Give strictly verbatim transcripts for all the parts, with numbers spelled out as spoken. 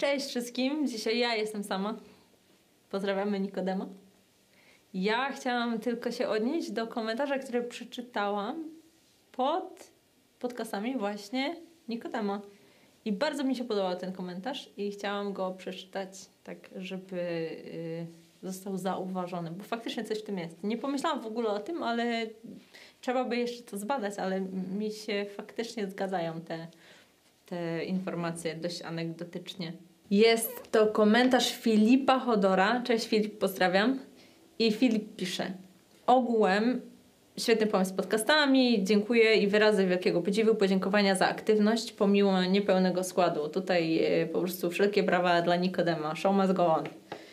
Cześć wszystkim, dzisiaj ja jestem sama. Pozdrawiamy Nikodema. Ja chciałam tylko się odnieść do komentarza, który przeczytałam pod podcastami właśnie Nikodema. I bardzo mi się podobał ten komentarz i chciałam go przeczytać tak, żeby yy, został zauważony, bo faktycznie coś w tym jest. Nie pomyślałam w ogóle o tym, ale trzeba by jeszcze to zbadać, ale mi się faktycznie zgadzają te, te informacje dość anegdotycznie. Jest to komentarz Filipa Chodora. Cześć Filip, pozdrawiam. I Filip pisze: ogółem świetny pomysł z podcastami, dziękuję i wyrazy wielkiego podziwu, podziękowania za aktywność pomimo niepełnego składu. Tutaj y, po prostu wszelkie brawa dla Nikodema. Show must go on.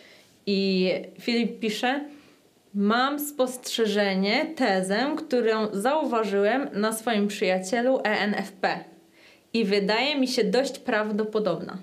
I Filip pisze: mam spostrzeżenie, tezę, którą zauważyłem na swoim przyjacielu E N F P i wydaje mi się dość prawdopodobna.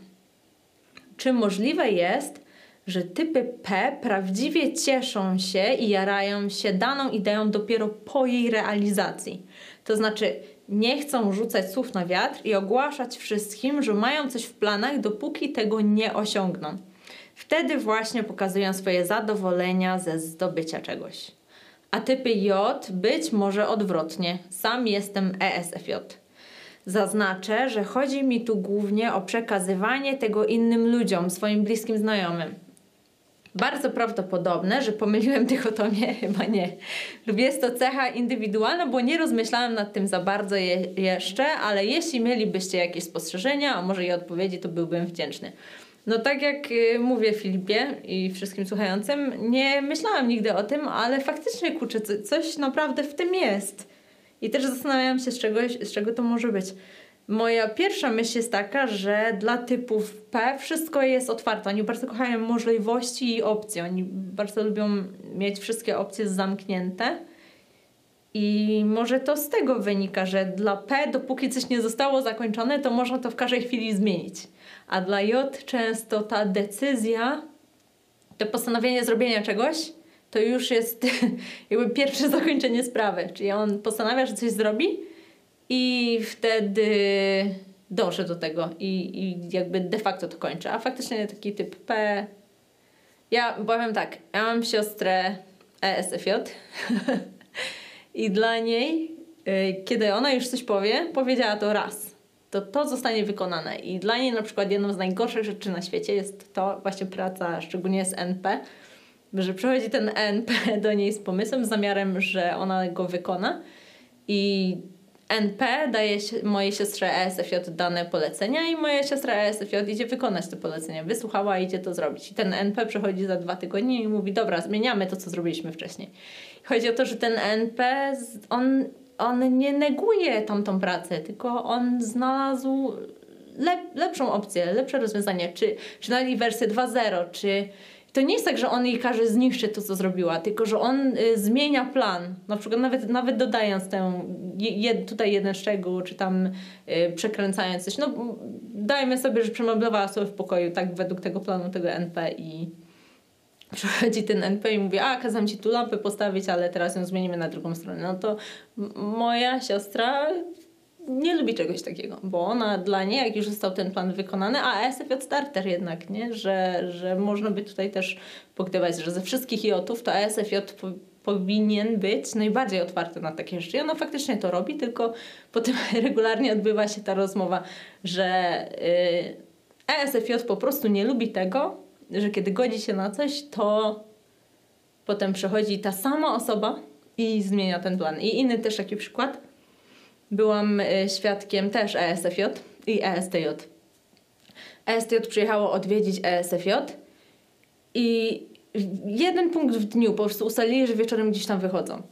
Czy możliwe jest, że typy P prawdziwie cieszą się i jarają się daną ideą dopiero po jej realizacji? To znaczy nie chcą rzucać słów na wiatr i ogłaszać wszystkim, że mają coś w planach, dopóki tego nie osiągną. Wtedy właśnie pokazują swoje zadowolenia ze zdobycia czegoś. A typy J być może odwrotnie. Sam jestem E S F J. Zaznaczę, że chodzi mi tu głównie o przekazywanie tego innym ludziom, swoim bliskim znajomym. Bardzo prawdopodobne, że pomyliłem dychotomię, chyba nie. Lub jest to cecha indywidualna, bo nie rozmyślałem nad tym za bardzo je jeszcze, ale jeśli mielibyście jakieś spostrzeżenia, a może i odpowiedzi, to byłbym wdzięczny. No tak jak y, mówię Filipie i wszystkim słuchającym, nie myślałam nigdy o tym, ale faktycznie kurczę, coś naprawdę w tym jest. I też zastanawiałam się, z, czegoś, z czego to może być. Moja pierwsza myśl jest taka, że dla typów P wszystko jest otwarte. Oni bardzo kochają możliwości i opcje. Oni bardzo lubią mieć wszystkie opcje zamknięte. I może to z tego wynika, że dla P, dopóki coś nie zostało zakończone, to można to w każdej chwili zmienić. A dla J często ta decyzja, to postanowienie zrobienia czegoś, to już jest jakby pierwsze zakończenie sprawy. Czyli on postanawia, że coś zrobi i wtedy dąży do tego i, i jakby de facto to kończy. A faktycznie taki typ P... Ja powiem tak, ja mam siostrę E S F J i dla niej, kiedy ona już coś powie, powiedziała to raz. To to zostanie wykonane. I dla niej na przykład jedną z najgorszych rzeczy na świecie jest to właśnie praca, szczególnie z N P, że przychodzi ten N P do niej z pomysłem, z zamiarem, że ona go wykona i N P daje mojej siostrze E S F J dane polecenia i moja siostra E S F J idzie wykonać te polecenia. Wysłuchała i idzie to zrobić. I ten N P przychodzi za dwa tygodnie i mówi: dobra, zmieniamy to, co zrobiliśmy wcześniej. Chodzi o to, że ten N P, on, on nie neguje tamtą pracę, tylko on znalazł lep, lepszą opcję, lepsze rozwiązanie. Czy, czy nawet wersję dwa zero, czy... To nie jest tak, że on jej każe zniszczyć to, co zrobiła, tylko że on y, zmienia plan. Na przykład nawet, nawet dodając tę, je, tutaj jeden szczegół, czy tam y, przekręcając coś. No dajmy sobie, że przemeblowała sobie w pokoju tak według tego planu tego N P i przychodzi ten N P i mówi: a kazałem ci tu lampę postawić, ale teraz ją zmienimy na drugą stronę. No to moja siostra nie lubi czegoś takiego, bo ona dla niej, jak już został ten plan wykonany, a E S F J starter jednak, nie? Że, że można by tutaj też pogdywać, że ze wszystkich Jotów to E S F J po, powinien być najbardziej otwarty na takie rzeczy. I ona faktycznie to robi, tylko potem regularnie odbywa się ta rozmowa, że yy, E S F J po prostu nie lubi tego, że kiedy godzi się na coś, to potem przychodzi ta sama osoba i zmienia ten plan. I inny też taki przykład. Byłam y, świadkiem też E S F J i E S T J. E S T J przyjechało odwiedzić E S F J i jeden punkt w dniu po prostu ustalili, że wieczorem gdzieś tam wychodzą.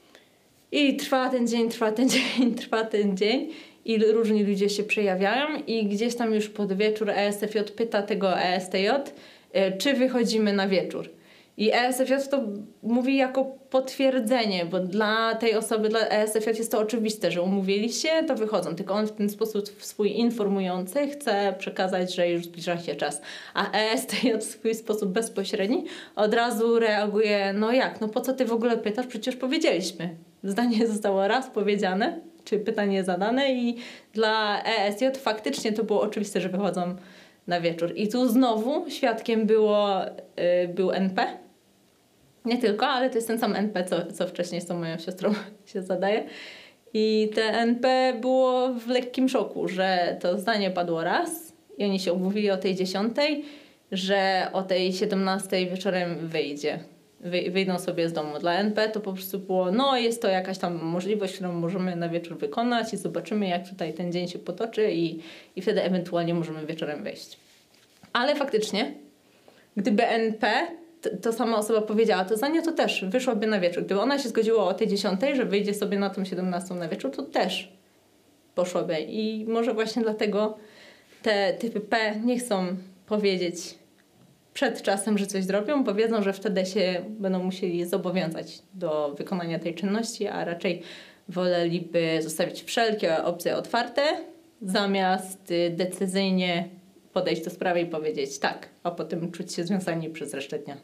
I trwa ten dzień, trwa ten dzień, trwa ten dzień i różni ludzie się przejawiają i gdzieś tam już pod wieczór E S F J pyta tego E S T J, y, czy wychodzimy na wieczór. I E S F J to mówi jako potwierdzenie, bo dla tej osoby, dla E S F J jest to oczywiste, że umówili się, to wychodzą. Tylko on w ten sposób swój informujący chce przekazać, że już zbliża się czas. A E S T J w swój sposób bezpośredni od razu reaguje: no jak, no po co ty w ogóle pytasz? Przecież powiedzieliśmy. Zdanie zostało raz powiedziane, czy pytanie zadane i dla E S J faktycznie to było oczywiste, że wychodzą na wieczór. I tu znowu świadkiem było, yy, był N P. Nie tylko, ale to jest ten sam N P, co, co wcześniej z tą moją siostrą się zadaje. I te N P było w lekkim szoku, że to zdanie padło raz i oni się umówili o tej dziesiątej, że o tej siedemnastej wieczorem wyjdzie. Wy, wyjdą sobie z domu. Dla N P to po prostu było, no jest to jakaś tam możliwość, którą możemy na wieczór wykonać i zobaczymy, jak tutaj ten dzień się potoczy i, i wtedy ewentualnie możemy wieczorem wyjść. Ale faktycznie, gdyby N P, to, to sama osoba powiedziała, to zdanie to też wyszłoby na wieczór. Gdyby ona się zgodziła o tej dziesiątej, że wyjdzie sobie na tą siedemnastą na wieczór, to też poszłoby. I może właśnie dlatego te typy P nie chcą powiedzieć przed czasem, że coś zrobią, bo wiedzą, że wtedy się będą musieli zobowiązać do wykonania tej czynności, a raczej woleliby zostawić wszelkie opcje otwarte, zamiast decyzyjnie podejść do sprawy i powiedzieć tak, a potem czuć się związani przez resztę dnia.